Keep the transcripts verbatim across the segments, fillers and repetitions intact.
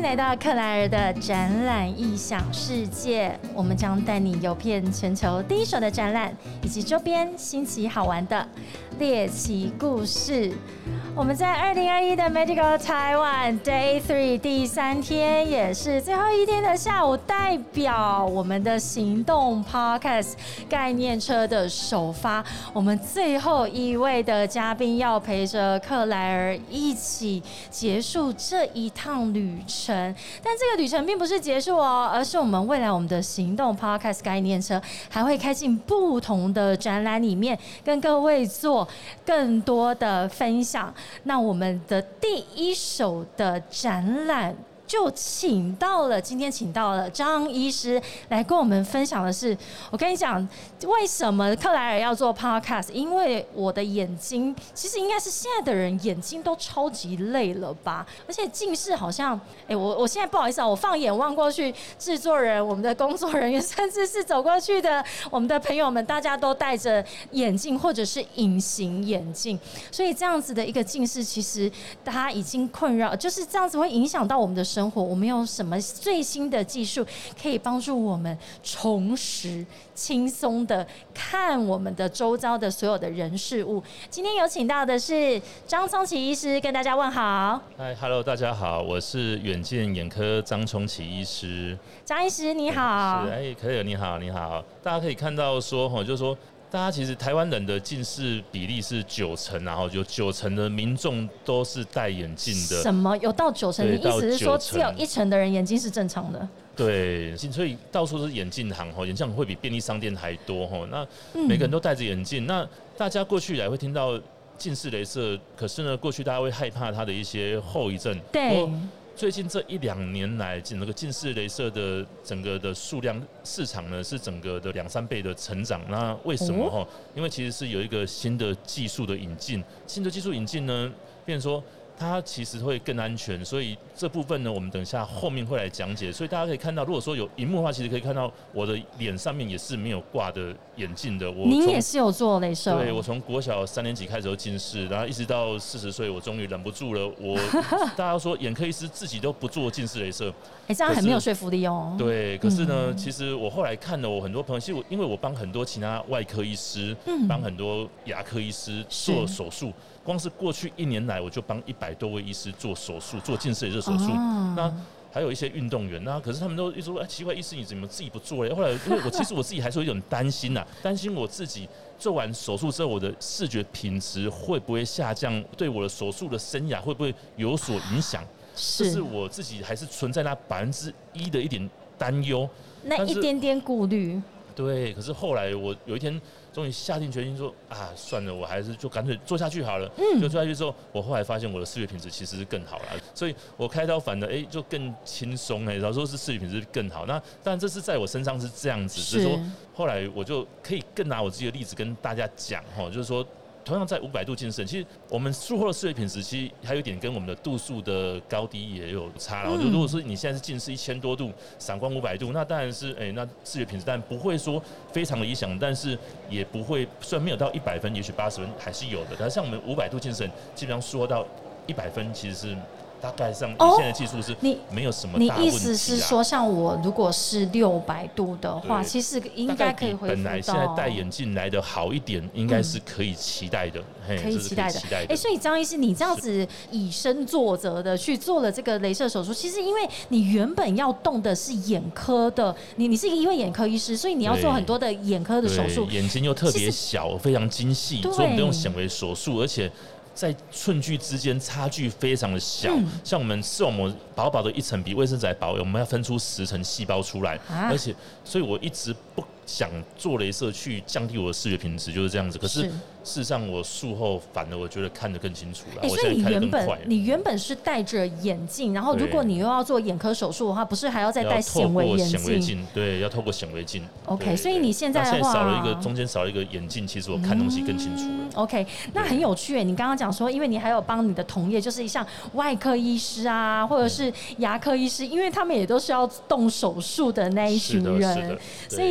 来到克莱尔的展览异想世界，我们将带你游遍全球第一手的展览，以及周边新奇好玩的猎奇故事。我们在二零二一的 Magical Taiwan Day Three 第三天，也是最后一天的下午，代表我们的行动 Podcast 概念车的首发。我们最后一位的嘉宾要陪着克莱尔一起结束这一趟旅程，但这个旅程并不是结束哦，而是我们未来我们的行动 Podcast 概念车还会开进不同的展览里面，跟各位做更多的分享。那我们的第一手的展览就请到了，今天请到了张医师来跟我们分享的是，我跟你讲，为什么克莱尔要做 podcast？ 因为我的眼睛，其实应该是现在的人眼睛都超级累了吧，而且近视好像，哎、欸，我我现在不好意思啊，我放眼望过去，制作人、我们的工作人员，甚至是走过去的我们的朋友们，大家都戴着眼镜或者是隐形眼镜，所以这样子的一个近视，其实它已经困扰，就是这样子会影响到我们的生活。我们有什么最新的技术可以帮助我们重拾轻松的看我们的周遭的所有的人事物？今天有请到的是张聪奇医师，跟大家问好。 嗨 ，Hello， 大家好，我是远见眼科张聪奇医师。 张医师你好。 是，哎，可以，你好，你好。大家可以看到说，哈，就是说。大家其实台湾人的近视比例是九成，然后有九成的民众都是戴眼镜的。 什么有到九成？你意思是说只有一成的人眼睛是正常的？ 对，所以到处是眼镜行，眼镜行会比便利商店还多。那每个人都戴着眼镜，嗯、那大家过去以来会听到近视雷射，可是呢，过去大家会害怕它的一些后遗症。 对。 最近这一两年来，整个近视雷射的整个的数量市场呢，是整个的两三倍的成长。那为什么？哦、因为其实是有一个新的技术的引进，新的技术引进呢，变成说它其实会更安全，所以这部分呢，我们等一下后面会来讲解。所以大家可以看到，如果说有萤幕的话，其实可以看到我的脸上面也是没有挂的眼镜的。我您也是有做雷射？ 对，我从国小三年级开始有近视，然后一直到四十岁，我终于忍不住了。我大家说眼科医师自己都不做近视雷射， 哎、欸，这样很没有说服力哦。 对，可是呢，嗯、其实我后来看了我很多朋友，其实我因为我帮很多其他外科医师，嗯、帮很多牙科医师做手术。光是过去一年来，我就帮一百多位医师做手术，做近视雷射手术。哦、那还有一些运动员，那可是他们都一直说，哎，奇怪，医师你怎么自己不做嘞？后来，因为我其实我自己还是有一种担心呐、啊，担心我自己做完手术之后，我的视觉品质会不会下降，对我的手术的生涯会不会有所影响？是，这是我自己还是存在那百分之一的一点担忧， 那一点点顾虑。 对，可是后来我有一天终于下定决心说啊，算了，我还是就干脆做下去好了。嗯，就做下去之后，我后来发现我的视觉品质其实是更好了，所以我开刀反而哎就更轻松哎，然后说是视觉品质更好。那当然这是在我身上是这样子，就是说后来我就可以更拿我自己的例子跟大家讲哈，就是说。同样在五百度近视，其实我们术后的视觉品质其实还有一点跟我们的度数的高低也有差了。嗯、就如果说你现在是近视一千多度，散光五百度，那当然是哎、欸，那视觉品质当然不会说非常的理想，但是也不会虽然没有到一百分，也许八十分还是有的。但是像我们五百度近视，基本上术后到一百分，其实是。大概上以现在的技术是没有什么大问题、啊哦、 你意思是说，像我如果是六百度的话，其实应该可以恢复到本来现在戴眼镜来的好一点，应该是可以期待的，嗯、 可以期待的。哎、欸，所以张医师，你这样子以身作则的去做了这个雷射手术，其实因为你原本要动的是眼科的，你你是一位眼科医师，所以你要做很多的眼科的手术， 眼睛又特别小，非常精细，所以我们都用显微手术，而且。在寸距之间差距非常的小，嗯、像我们视网膜薄薄的一层比卫生纸还薄，我们要分出十层细胞出来，啊、而且，所以我一直不想做雷射去降低我的视觉品质，就是这样子。可是事实上，我术后反而我觉得看得更清楚了。 欸、 我现在看得更快。 所以你原本是戴着眼镜，然后如果你又要做眼科手术的话，不是还要再戴显微眼镜？ 显微镜，对，要透过显微镜。 OK， 所以你现在的话， 现在少了一个中间少了一个眼镜，其实我看东西更清楚了。嗯、 OK， 那很有趣耶。你刚刚讲说，因为你还有帮你的同业，就是像外科医师啊，或者是牙科医师，因为他们也都是要动手术的那一群人，所以他们也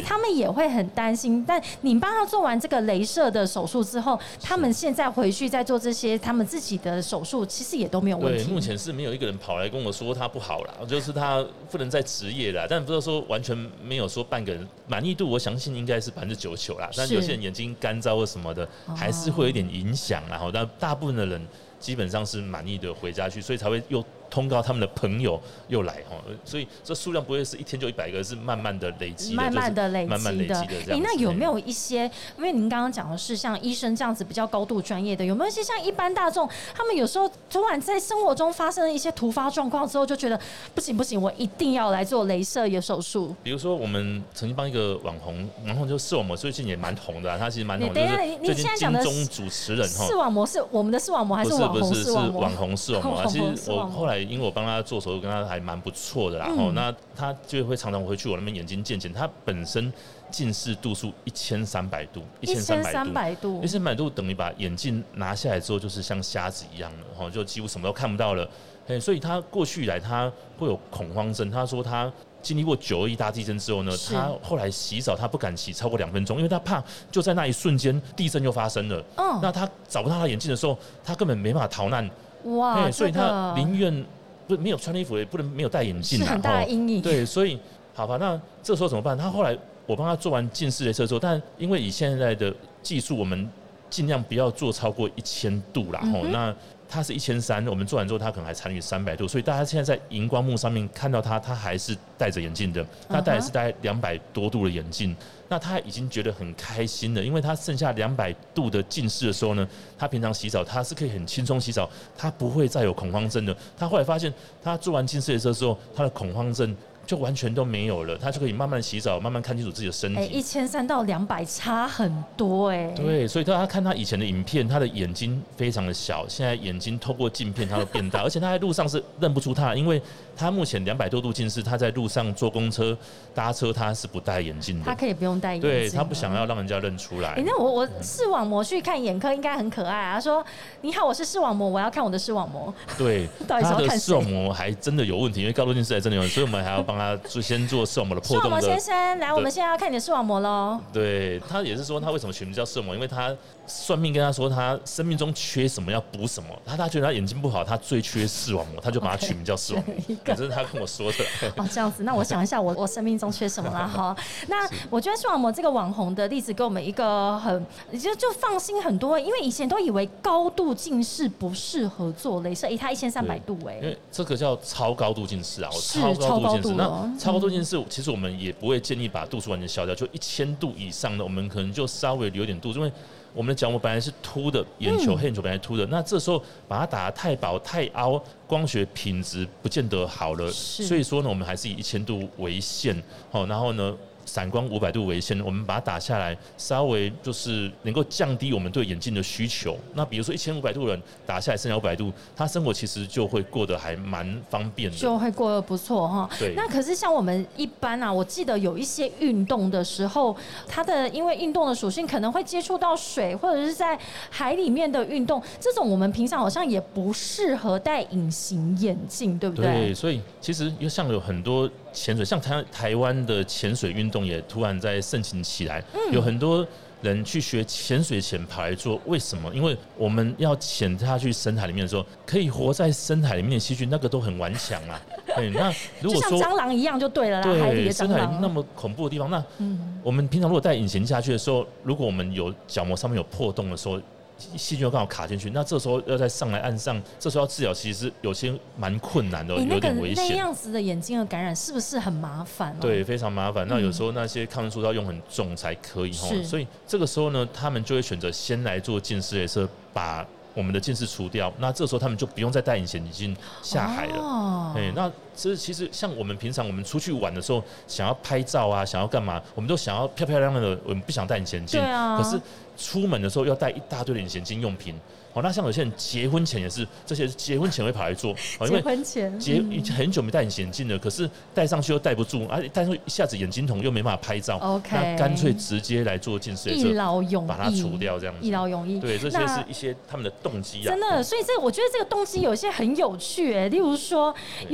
也会很担心。但你帮他做完这个雷射的手术之后，他们现在回去再做这些他们自己的手术，其实也都没有问题。 对，目前是没有一个人跑来跟我说他不好啦，就是他不能再执业啦，但不是说完全没有说半个人满意度，我相信应该是百分之九十九啦。但有些人眼睛干燥或什么的，还是会有一点影响啦。然后，但大部分的人基本上是满意的回家去，所以才会又通告他们的朋友又来哈，所以这数量不会是一天就一百个，是慢慢的累积的， 慢慢的累积的， 慢慢累积的这样子。 那有没有一些，因为您刚刚讲的是像医生这样子比较高度专业的，有没有一些像一般大众，他们有时候突然在生活中发生了一些突发状况之后，就觉得不行不行，我一定要来做雷射眼手术。 比如说，我们曾经帮一个网红，网红就是视网膜，最近也蛮红的、啊，他其实蛮红的。 等一下， 你现在讲的金钟主持人哈， 视网膜是我们的视网膜还是网红视网膜？ 不是不是是网红视网膜啊。其实我后来因为我帮他做手术，跟他还蛮不错的啦。嗯、那他就会常常回去我那边眼睛健检，他本身近视度数一千三百度， 一千三百度， 一千三百度等于把眼镜拿下来之后，就是像瞎子一样了，就几乎什么都看不到了。所以他过去以来他会有恐慌症，他说他经历过九二一大地震之后呢，他后来洗澡他不敢洗超过两分钟，因为他怕就在那一瞬间地震就发生了。嗯，那他找不到他眼镜的时候，他根本没办法逃难。哇，所以他宁愿不没有穿衣服，也不能没有戴眼镜、啊， 是很大的阴影。 对，所以好吧，那这时候怎么办？他后来我帮他做完近视雷射之后，但因为以现在的技术，我们尽量不要做超过一千度啦。嗯、那他是一千三，我们做完之后，他可能还残余三百度，所以大家现在在荧光幕上面看到他，他还是戴着眼镜的，他戴的是大概两百多度的眼镜。那他已经觉得很开心了，因为他剩下两百度的近视的时候呢，他平常洗澡他是可以很轻松洗澡，他不会再有恐慌症的。他后来发现，他做完近视雷射之后，他的恐慌症就完全都没有了，他就可以慢慢洗澡，慢慢看清楚自己的身体。 哎、欸，一千三到两百差很多哎、欸。 对，所以他看他以前的影片，他的眼睛非常的小，现在眼睛透过镜片他都变大，而且他在路上是认不出他，因为他目前两百多度近视，他在路上坐公车、搭车他是不戴眼镜的。 他可以不用戴眼镜。 对，他不想要让人家认出来。 哎、欸，那我我视网膜去看眼科应该很可爱啊。他说：“你好，我是视网膜，我要看我的视网膜。” 对， 到底是要看谁？ 他的视网膜还真的有问题，因为高度近视还真的有问题，所以我们还要帮他先做视网膜的破洞的。 视网膜先生，来，我们现在要看你的视网膜喽。 对，他也是说他为什么取名叫视网膜，因为他算命跟他说他生命中缺什么要补什么，他他觉得他眼睛不好，他最缺视网膜，他就把他取名叫视网膜。Okay, 这是他跟我说的。 哦，这样子，那我想一下我，我我生命中缺什么啦？哈，那我觉得视网膜这个网红的例子给我们一个很就就放心很多，因为以前都以为高度近视不适合做雷射，他一千三百度哎、欸， 因为这个叫超高度近视啊，超高度近视。那超高度近视，其实我们也不会建议把度数完全消掉，就一千度以上的，我们可能就稍微留点度，因为我们的角膜本来是凸的，眼球、嗯、黑眼球本来凸的，那这时候把它打得太薄太凹，光学品质不见得好了，所以说呢，我们还是以一千度为限，好，然后呢，散光五百度为限，我们把它打下来，稍微就是能够降低我们对眼镜的需求。那比如说一千五百度的人打下来剩下五百度，他生活其实就会过得还蛮方便的， 就会过得不错哈。对。那可是像我们一般啊，我记得有一些运动的时候，它的因为运动的属性可能会接触到水，或者是在海里面的运动，这种我们平常好像也不适合戴隐形眼镜，对不对？ 对，所以其实像有很多潜水，像台台湾的潜水运动也突然在盛行起来，嗯、有很多人去学潜水前跑来做，为什么？因为我们要潜下去深海里面的时候，可以活在深海里面的细菌，那个都很顽强啊。对，那如果说就像蟑螂一样就对了啦， 对， 海里的蟑螂， 深海那么恐怖的地方，那我们平常如果戴隐形下去的时候，如果我们有角膜上面有破洞的时候，细菌又刚好卡进去，那这时候要再上来岸上，这时候要治疗，其实有些蛮困难的，欸、有点危险。 那样子的眼睛的感染是不是很麻烦、哦？ 对，非常麻烦。那有时候那些抗生素要用很重才可以哈、嗯，所以这个时候呢，他们就会选择先来做近视雷射，把我们的近视除掉。那这时候他们就不用再戴隐形眼镜下海了。哦，哎，那这其实像我们平常我们出去玩的时候，想要拍照啊，想要干嘛，我们都想要漂漂亮亮的，我们不想戴隐形眼镜。 对啊。 可是出门的时候要带一大堆的隐形眼镜用品。哦，那像有些人结婚前也是，这些结婚前会跑来做，哦、因为结婚前结很久没戴隐形眼镜了，可是戴上去又戴不住，而且戴上一下子眼睛筒又没办法拍照， OK， 那干脆直接来做近视雷射， 一劳永逸， 把它除掉这样子， 一劳永逸。 对，这些是一些他们的动机啊。 真的，所以这我觉得这个动机有一些很有趣哎，例如说有一个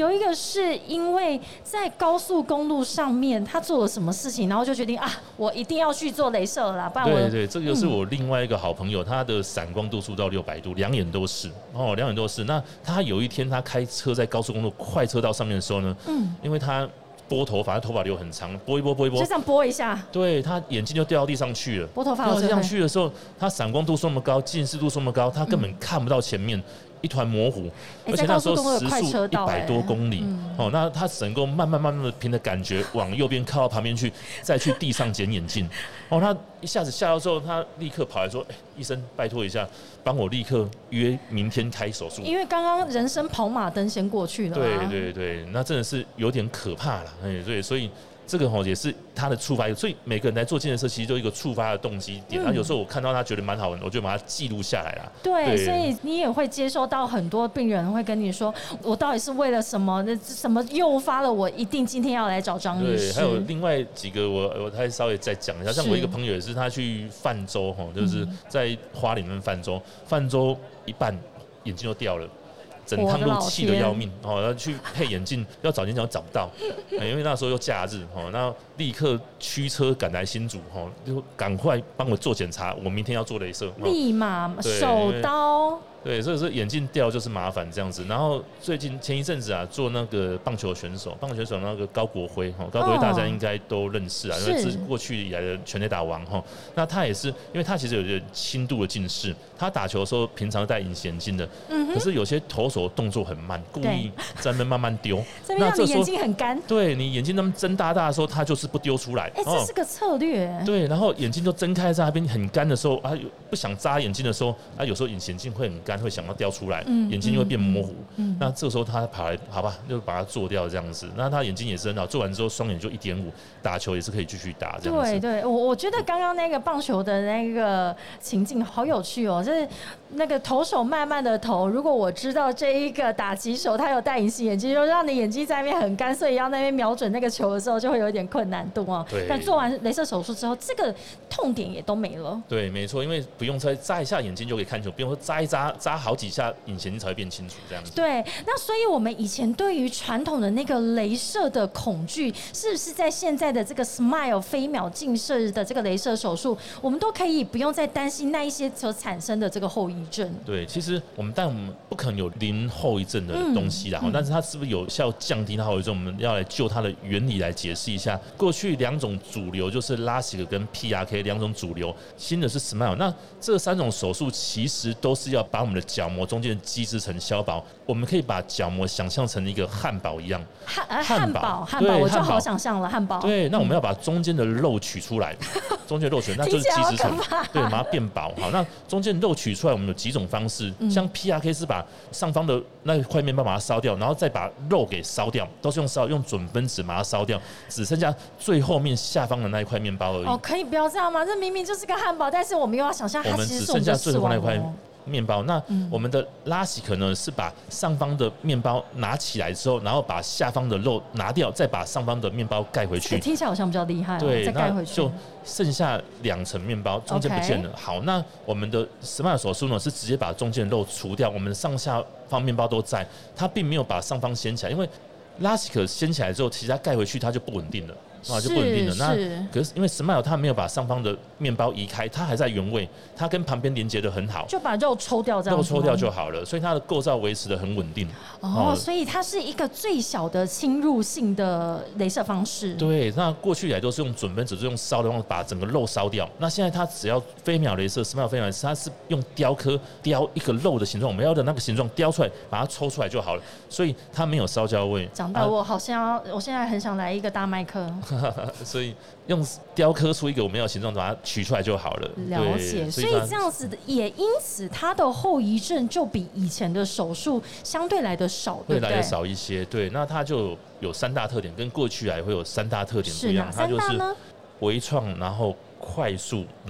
是因为在高速公路上面他做了什么事情，然后就决定啊，我一定要去做雷射了啦，不然我对对，这个就是我另外一个好朋友，嗯、他的闪光度数到六百度，两眼都是哦，两眼都是。那他有一天他开车在高速公路快车道上面的时候呢，嗯，因为他拨头发，他头发留很长，拨一拨拨一拨， 就这样拨一下， 对他眼睛就掉到地上去了。 拨头发掉到地上去的时候，他闪光度数那么高，近视度数那么高，他根本看不到前面。嗯，一团模糊，而且那时候时速一百多公里，嗯、哦，那他只能够慢慢慢慢的凭着感觉往右边靠到旁边去，再去地上捡眼镜。哦，他一下子吓到之后，他立刻跑来说：“哎、欸，医生，拜托一下，帮我立刻约明天开手术。” 因为刚刚人生跑马灯先过去了、啊。 对对对，那真的是有点可怕了，哎，对，所以。这个吼也是他的触发，所以每个人来做健身车，其实就一个触发的动机点。那、嗯、有时候我看到他觉得蛮好玩的，我就把它记录下来啦。 对，对，所以你也会接收到很多病人会跟你说，我到底是为了什么？什么诱发了我一定今天要来找张医师？ 对，还有另外几个我我还稍微再讲一下，像我一个朋友也是，他去泛舟哈，就是在花莲那泛舟，泛舟一半眼睛都掉了。整趟路气得要命哦，要去配眼镜，要找眼镜找不到，因为那时候又假日哦，那立刻驱车赶来新竹哦，就赶快帮我做检查，我明天要做雷射， 立马手刀。 对，所以说眼镜掉就是麻烦这样子。然后最近前一阵子啊，做那个棒球选手，棒球选手那个高国辉哈，高国辉大家应该都认识啊，因为是过去以来的全垒打王哈。那他也是，因为他其实有点轻度的近视，他打球的时候平常戴隐形眼镜的，嗯、可是有些投手动作很慢，故意在那边慢慢丢， 这边让你眼睛很干。 对你眼睛那么睁大大的时候，他就是不丢出来。 哎、欸，这是个策略。 对，然后眼睛就睁开在那边很干的时候啊，不想眨眼睛的时候啊，有时候隐形眼镜会很干。会想要掉出来，嗯、眼睛就会变模糊。嗯、那这个时候他跑来，好吧，就把它做掉这样子。那他眼睛也是很好，做完之后双眼就一点五，打球也是可以继续打这样子。 对对，我我觉得刚刚那个棒球的那个情境好有趣哦，就是那个投手慢慢的投，如果我知道这一个打击手他有戴隐形眼镜，就让你眼睛在那边很干，所以要那边瞄准那个球的时候就会有一点困难度哦。 对。 但做完雷射手术之后，这个痛点也都没了。 对，没错，因为不用再眨一下眼睛就可以看球，不用说眨一眨。眨好几下，隐形才会变清楚，这样子。 对，那所以我们以前对于传统的那个雷射的恐惧，是不是在现在的这个 Smile 飞秒近视的这个雷射手术，我们都可以不用再担心那一些所产生的这个后遗症？ 对，其实我们但我们不可能有零后遗症的东西啦，嗯、但是它是不是有效降低它后遗症？我们要来就它的原理来解释一下。过去两种主流就是 LASIK 跟 P R K 两种主流，新的是 Smile。那这三种手术其实都是要把我们的角膜中间的基质层削薄，我们可以把角膜想象成一个汉堡一样。 汉汉堡，汉堡，我就好想象了汉堡。 对，那我们要把中间的肉取出来，中间的肉取，那就是基质层，对，把它变薄。好，那中间肉取出来，我们有几种方式，嗯、像 P R K 是把上方的那块面包把它烧掉，然后再把肉给烧掉，都是用烧用准分子把它烧掉，只剩下最后面下方的那一块面包而已。 哦，可以不要这样吗？这明明就是个汉堡，但是我们又要想象它其实是我们的死亡哦。 面包，那我们的LASIK呢是把上方的面包拿起来之后，然后把下方的肉拿掉，再把上方的面包盖回去。 听起来好像比较厉害、哦， 对， 再盖回去就剩下两层面包，中间不见了。Okay. 好，那我们的 Smile 手术呢是直接把中间的肉除掉，我们上下方面包都在，它并没有把上方掀起来，因为 LASIK 掀起来之后，其实它盖回去它就不稳定了。啊，就不稳定了。那可是因为 Smile 它没有把上方的面包移开，它还在原位，它跟旁边连接的很好， 就把肉抽掉这样子， 肉抽掉就好了，所以它的构造维持的很稳定。 哦，所以它是一个最小的侵入性的雷射方式。 对，那过去以来都是用准分子，就用烧的方式把整个肉烧掉。那现在它只要飞秒雷射 ，Smile 飞秒雷射，它是用雕刻雕一个肉的形状，我们要的那个形状雕出来，把它抽出来就好了。所以它没有烧焦味。 讲到我好像要，我现在很想来一个大麦克。 所以用雕刻出一个我们要的形状，把它取出来就好了。 了解，所以这样子的，也因此它的后遗症就比以前的手术相对来的少，对不对？ 会来的少一些。对，那它就有三大特点，跟过去来会有三大特点不一样。它就是微创，然后快速，然后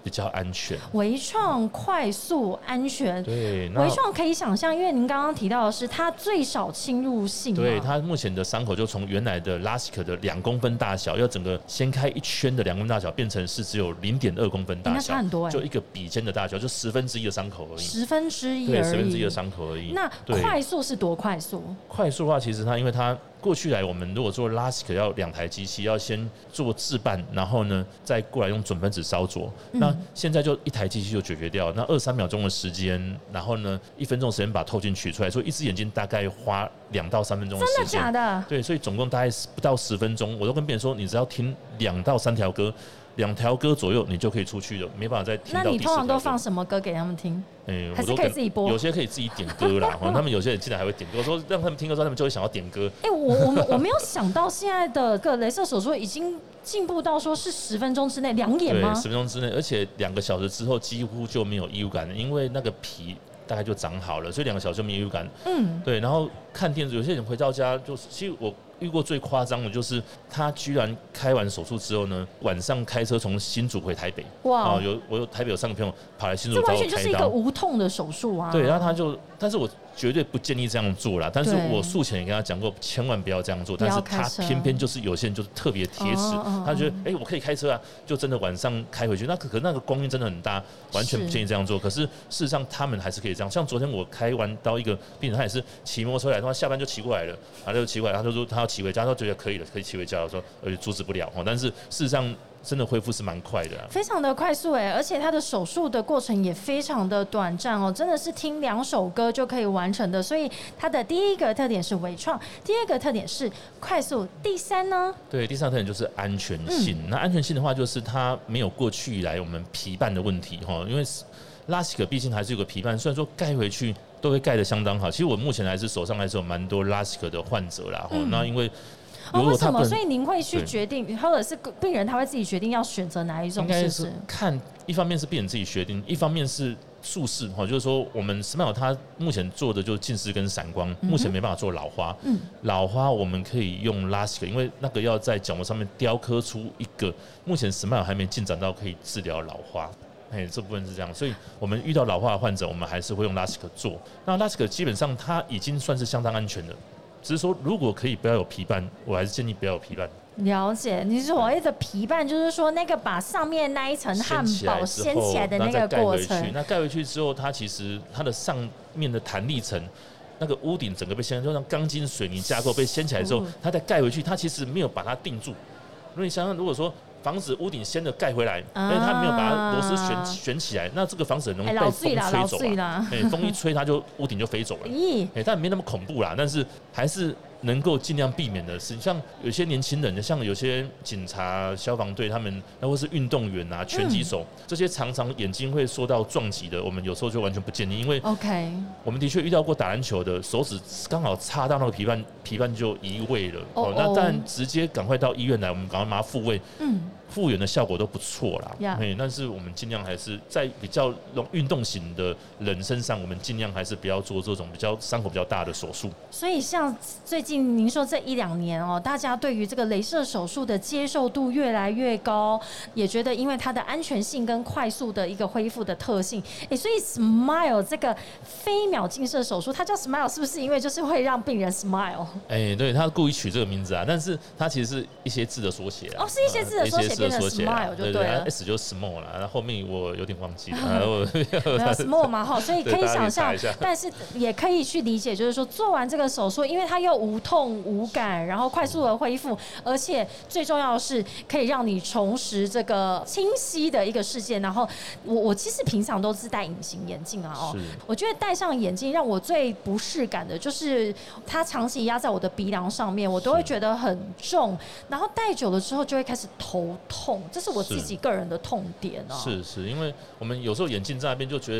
比较安全。 微创快速安全， 对， 微创可以想象，因为您刚刚提到的是它最少侵入性嘛， 对，它目前的伤口就从原来的 LASIK 的两公分大小，要整个掀开一圈的两公分大小，变成是只有零点二公分大小， 那差很多哎， 就一个笔尖的大小，就十分之一的伤口而已， 十分之一对，十分之一的伤口而已。 那快速是多快速？ 快速的话，其实它因为它过去来，我们如果做 LASIK 要两台机器，要先做制办，然后呢再过来用准分子烧灼。嗯、那现在就一台机器就解决掉，那二三秒钟的时间，然后呢一分钟的时间把透镜取出来，所以一只眼睛大概花两到三分钟的时间。 真的假的？ 对，所以总共大概不到十分钟，我都跟别人说，你只要听两到三条歌。两条歌左右，你就可以出去了，没办法再听到第四条歌。 那你通常都放什么歌给他们听？欸、还是可以自己播？ 有些可以自己点歌啦，他们有些人进来还会点歌，我说让他们听歌之后，他们就会想要点歌。 哎、欸，我我我没有想到现在的个雷射手术已经进步到说是十分钟之内两眼吗？ 对，十分钟之内，而且两个小时之后几乎就没有异物感了，因为那个皮大概就长好了，所以两个小时就没有异物感。嗯，对。然后看电视，有些人回到家就是，其实我遇过最夸张的就是，他居然开完手术之后呢，晚上开车从新竹回台北。哇！啊，有我有台北有三个朋友跑来新竹找我开刀， 这完全就是一个无痛的手术啊。 对，然后他就，但是我绝对不建议这样做啦。但是我术前也跟他讲过，千万不要这样做。但是他偏偏就是有些人就是特别铁齿，哦、他觉得哎、欸，我可以开车啊，就真的晚上开回去。那可可那个光晕真的很大，完全不建议这样做。可是事实上他们还是可以这样。像昨天我开完刀一个病人，他也是骑摩托车来，他下班就骑过来了，然后就骑过来，他就说他要骑回家，他觉得可以了，可以骑回家。我说呃阻止不了，但是事实上。真的恢复是蛮快的、啊， 非常的快速哎，而且它的手术的过程也非常的短暂哦，真的是听两首歌就可以完成的。所以它的第一个特点是微创，第二个特点是快速，第三呢？ 对，第三个特点就是安全性。嗯、那安全性的话，就是它没有过去以来我们皮瓣的问题哈，因为 LASIK 毕竟还是有个皮瓣，虽然说盖回去都会盖得相当好。其实我目前还是手上还是有蛮多 LASIK 的患者啦，嗯、那因为。 哦，为什么？所以您会去决定，或者是病人他会自己决定要选择哪一种？ 应该是看，一方面是病人自己决定，一方面是术式哈，就是说我们 SMILE 它目前做的就是近视跟散光，嗯、目前没办法做老花。嗯，老花我们可以用 LASIK， 因为那个要在角膜上面雕刻出一个，目前 SMILE 还没进展到可以治疗老花。哎，这部分是这样，所以我们遇到老化的患者，我们还是会用 LASIK 做。那 LASIK 基本上它已经算是相当安全的。只是说，如果可以不要有皮瓣，我还是建议不要有皮瓣。 了解，你所谓的皮瓣，就是说那个把上面那一层汉堡掀起来的那个过程。 那盖回去之后，它其实它的上面的弹力层，那个屋顶整个被掀，就像钢筋水泥架构被掀起来之后，它再盖回去，它其实没有把它定住。如果你想想，如果说房子屋顶掀的盖回来，但是它没有把它螺丝旋旋起来，那这个房子很容易被风吹走啊！哎，风一吹，它就屋顶就飞走了。咦，哎，但没那么恐怖啦，但是还是能够尽量避免的事。像有些年轻人，像有些警察、消防队，他们那或是运动员啊、拳击手，嗯、这些常常眼睛会受到撞击的，我们有时候就完全不建议，因为 OK， 我们的确遇到过打篮球的，手指刚好插到那个皮瓣，皮瓣就移位了。哦， oh, oh. 那当然直接赶快到医院来，我们赶快把它复位。嗯。复原的效果都不错啦， yeah. 但是我们尽量还是在比较运动型的人身上，我们尽量还是不要做这种比较伤口比较大的手术。 所以像最近您说这一两年哦，大家对于这个雷射手术的接受度越来越高，也觉得因为它的安全性跟快速的一个恢复的特性，哎，所以 SMILE 这个飞秒近视手术，它叫 SMILE 是不是因为就是会让病人 smile？ 哎，对，他故意取这个名字啊，但是它其实是一些字的缩写啊。 哦，是一些字的缩写。变成 smile 就对了， S 就是 small 啦，然后后面我有点忘记了，没有 small 嘛哈，所以可以想象，但是也可以去理解，就是说做完这个手术，因为它又无痛无感，然后快速的恢复，而且最重要的是可以让你重拾这个清晰的一个世界。然后我我其实平常都是戴隐形眼镜啊哦，我觉得戴上眼镜让我最不适感的就是它长期压在我的鼻梁上面，我都会觉得很重，然后戴久了之后就会开始头痛，这是我自己个人的痛点啊。 是是，因为我们有时候眼镜在那边就觉得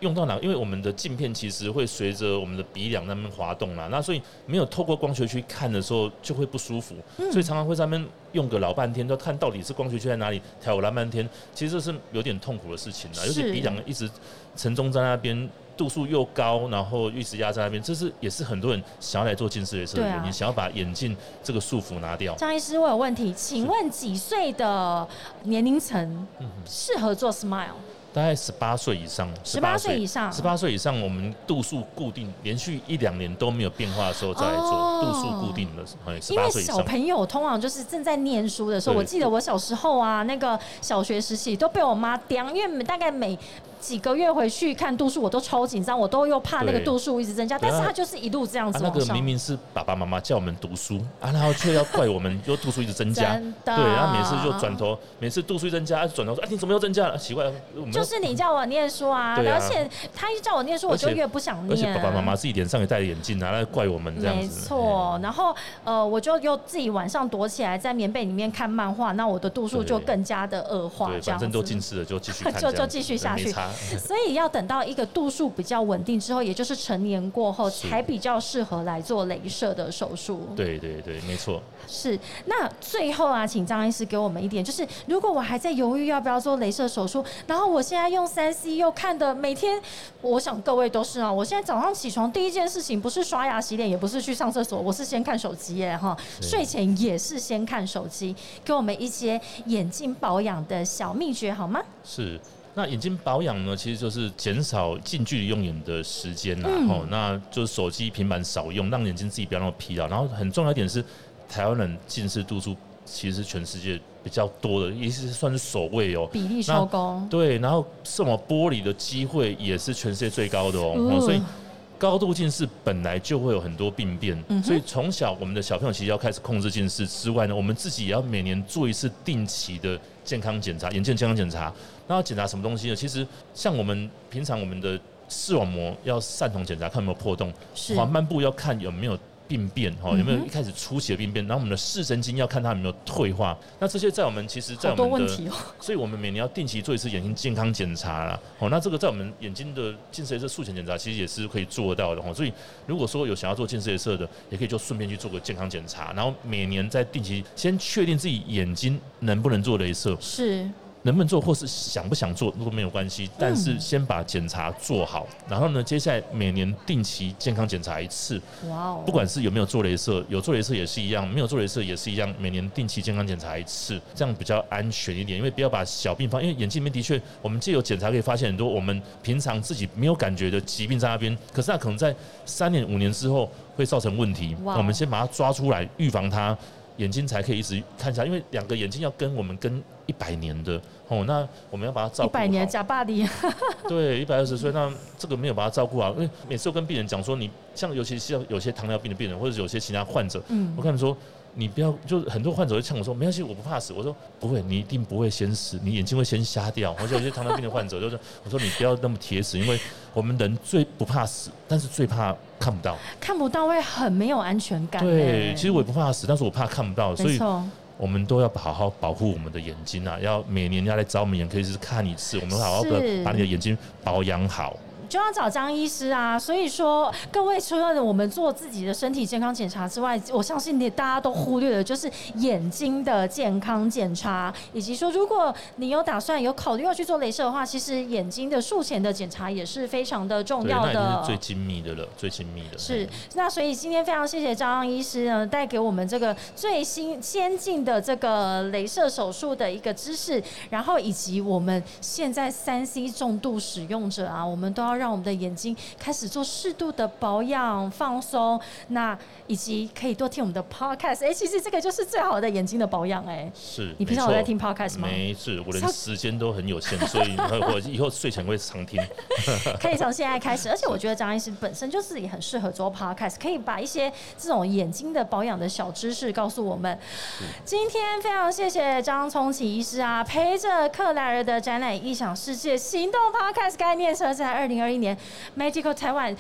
用到哪？因为我们的镜片其实会随着我们的鼻梁那边滑动啦，那所以没有透过光学区看的时候就会不舒服，嗯、所以常常会在那边用个老半天，都看到底是光学区在哪里，调老半天，其实这是有点痛苦的事情啦。尤其鼻梁一直沉重在那边，度数又高，然后一直压在那边，这是也是很多人想要来做近视雷射的原因，啊、想要把眼镜这个束缚拿掉。 张医师，我有问题，请问几岁的年龄层适合做 Smile？ 大概十八岁以上， 十八岁以上， 十八岁以上，我们度数固定，连续一两年都没有变化的时候再来做，哦、度数固定的，十八岁以上。 因为小朋友通常就是正在念书的时候，我记得我小时候啊，那个小学时期都被我妈刁，因为大概每几个月回去看度数，我都超紧张，我都又怕那个度数一直增加，但是他就是一路这样子往上。 啊、那个明明是爸爸妈妈叫我们读书啊，然后却要怪我们，又度数一直增加。对，然后每次就转头，每次度数一增加，转头说：“哎、啊，你怎么又增加了？奇怪。” 就是你叫我念书啊，而且他一叫我念书，我就越不想念。 而且爸爸妈妈自己脸上也戴着眼镜啊，来怪我们这样子。 没错，然后呃，我就又自己晚上躲起来在棉被里面看漫画，那我的度数就更加的恶化。 对，反正都近视了，就继续看， 就就继续下去。所以要等到一个度数比较稳定之后，也就是成年过后，才比较适合来做雷射的手术。 对对对，没错。 是，那最后啊，请张医师给我们一点，就是如果我还在犹豫要不要做雷射手术，然后我现在用三 C 又看的每天，我想各位都是啊，我现在早上起床第一件事情不是刷牙洗脸，也不是去上厕所，我是先看手机耶哈，睡前也是先看手机，给我们一些眼睛保养的小秘诀好吗？ 是。那眼睛保养呢，其实就是减少近距离用眼的时间啦，嗯、哦，那就是手机、平板少用，让眼睛自己不要那么疲劳。然后很重要一点是，台湾人近视度数其实是全世界比较多的，也是算是首位哦， 比例超高。 对，然后视网剥离的机会也是全世界最高的哦，嗯、所以高度近视本来就会有很多病变，嗯、所以从小我们的小朋友其实要开始控制近视之外呢，我们自己也要每年做一次定期的健康检查，眼睛健康检查。那要检查什么东西呢？其实像我们平常我们的视网膜要散瞳检查，看有没有破洞；黄斑部要看有没有病变，哈，有没有一开始初期的病变。然后我们的视神经要看它有没有退化。那这些在我们其实，在我们的，哦、所以我们每年要定期做一次眼睛健康检查啦。哦，那这个在我们眼睛的近视雷射术前检查，其实也是可以做到的。哦，所以如果说有想要做近视雷射的，也可以就顺便去做个健康检查，然后每年再定期先确定自己眼睛能不能做雷射。 是。 能不能做，或是想不想做都没有关系，但是先把检查做好，然后呢，接下来每年定期健康检查一次。哇哦！不管是有没有做雷射，有做雷射也是一样，没有做雷射也是一样，每年定期健康检查一次，这样比较安全一点。因为不要把小病放，因为眼睛里面的确，我们借由检查可以发现很多我们平常自己没有感觉的疾病在那边，可是它可能在三年五年之后会造成问题。我们先把它抓出来，预防它。眼睛才可以一直看下来，因为两个眼睛要跟我们跟一百年的哦，那我们要把它照顾好。一百年假巴黎。 对，一百二十岁，那这个没有把它照顾好，因为每次都跟病人讲说，你像尤其是有些糖尿病的病人，或者有些其他患者，嗯，我跟他们说，你不要，就很多患者会呛我说，没关系，我不怕死。我说不会，你一定不会先死，你眼睛会先瞎掉。或者有些糖尿病的患者就是，我说你不要那么铁齿，因为我们人最不怕死，但是最怕看不到。 看不到会很没有安全感。 对，其实我也不怕死，但是我怕看不到，所以我们都要好好保护我们的眼睛啊！要每年要来找我们眼科医师看一次，我们好好的把你的眼睛保养好。 就要找张医师啊，所以说各位除了我们做自己的身体健康检查之外，我相信你大家都忽略了就是眼睛的健康检查，以及说如果你有打算有考虑要去做雷射的话，其实眼睛的术前的检查也是非常的重要的， 对，那已经是最精密的了，最精密的。 是，那所以今天非常谢谢张医师呢，带给我们这个最新先进的这个雷射手术的一个知识，然后以及我们现在三 C 重度使用者啊，我们都要让我们的眼睛开始做适度的保养放松，那以及可以多听我们的 podcast， 哎、欸，其实这个就是最好的眼睛的保养，哎， 是。 你平常有在听 podcast 吗？ 没事，我的时间都很有限，所以我以后睡前会常听。 可以从现在开始，而且我觉得张医师本身就是也很适合做 podcast， 可以把一些这种眼睛的保养的小知识告诉我们。今天非常谢谢张聪启医师啊，陪着克莱尔的展览异想世界行动 podcast 概念车在二零二一年 Medical Taiwan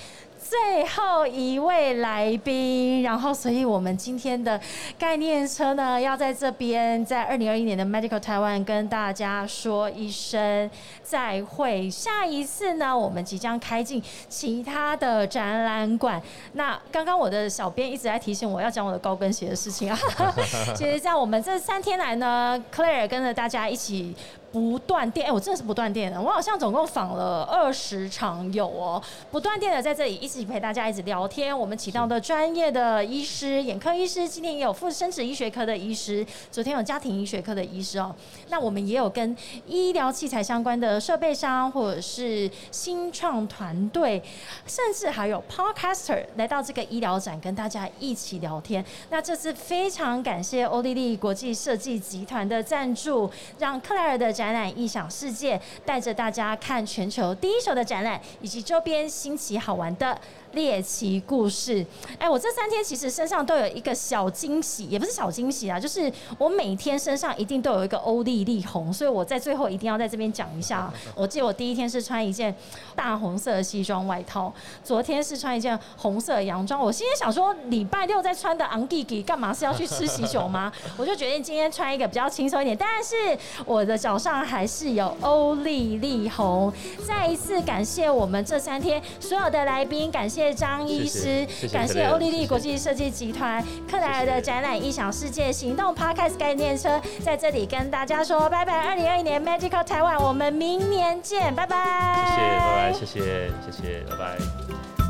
最后一位来宾，然后所以我们今天的概念车呢，要在这边在二零二一年的 Medical Taiwan 跟大家说一声再会。下一次呢，我们即将开进其他的展览馆。那刚刚我的小编一直在提醒我要讲我的高跟鞋的事情啊。其实，在我们这三天来呢 ，Claire 跟着大家一起不断电，哎、欸，我真的是不断电的，我好像总共访了二十场有哦，不断电的在这里一起陪大家一直聊天。我们请到的专业的医师、眼科医师，今天也有附生殖医学科的医师，昨天有家庭医学科的医师哦。那我们也有跟医疗器材相关的设备商，或者是新创团队，甚至还有 Podcaster 来到这个医疗展跟大家一起聊天。那这次非常感谢欧丽丽国际设计集团的赞助，让克莱尔的展览异想世界带着大家看全球第一手的展览，以及周边新奇好玩的猎奇故事。哎，我这三天其实身上都有一个小惊喜，也不是小惊喜啊，就是我每天身上一定都有一个欧丽丽红，所以我在最后一定要在这边讲一下。我记得我第一天是穿一件大红色的西装外套，昨天是穿一件红色的洋装。我心里想说，礼拜六在穿的昂弟弟干嘛是要去吃喜酒吗？我就决定今天穿一个比较轻松一点，但是我的脚上还是有欧丽丽红。再一次感谢我们这三天所有的来宾，感谢张医师， 谢谢感谢欧丽丽国际设计集团，克莱尔的展览异想世界行动 Podcast 概念车，在这里跟大家说拜拜。二零二一年 Medical Taiwan， 我们明年见，拜拜。 谢谢，拜拜，谢谢，谢谢，拜拜。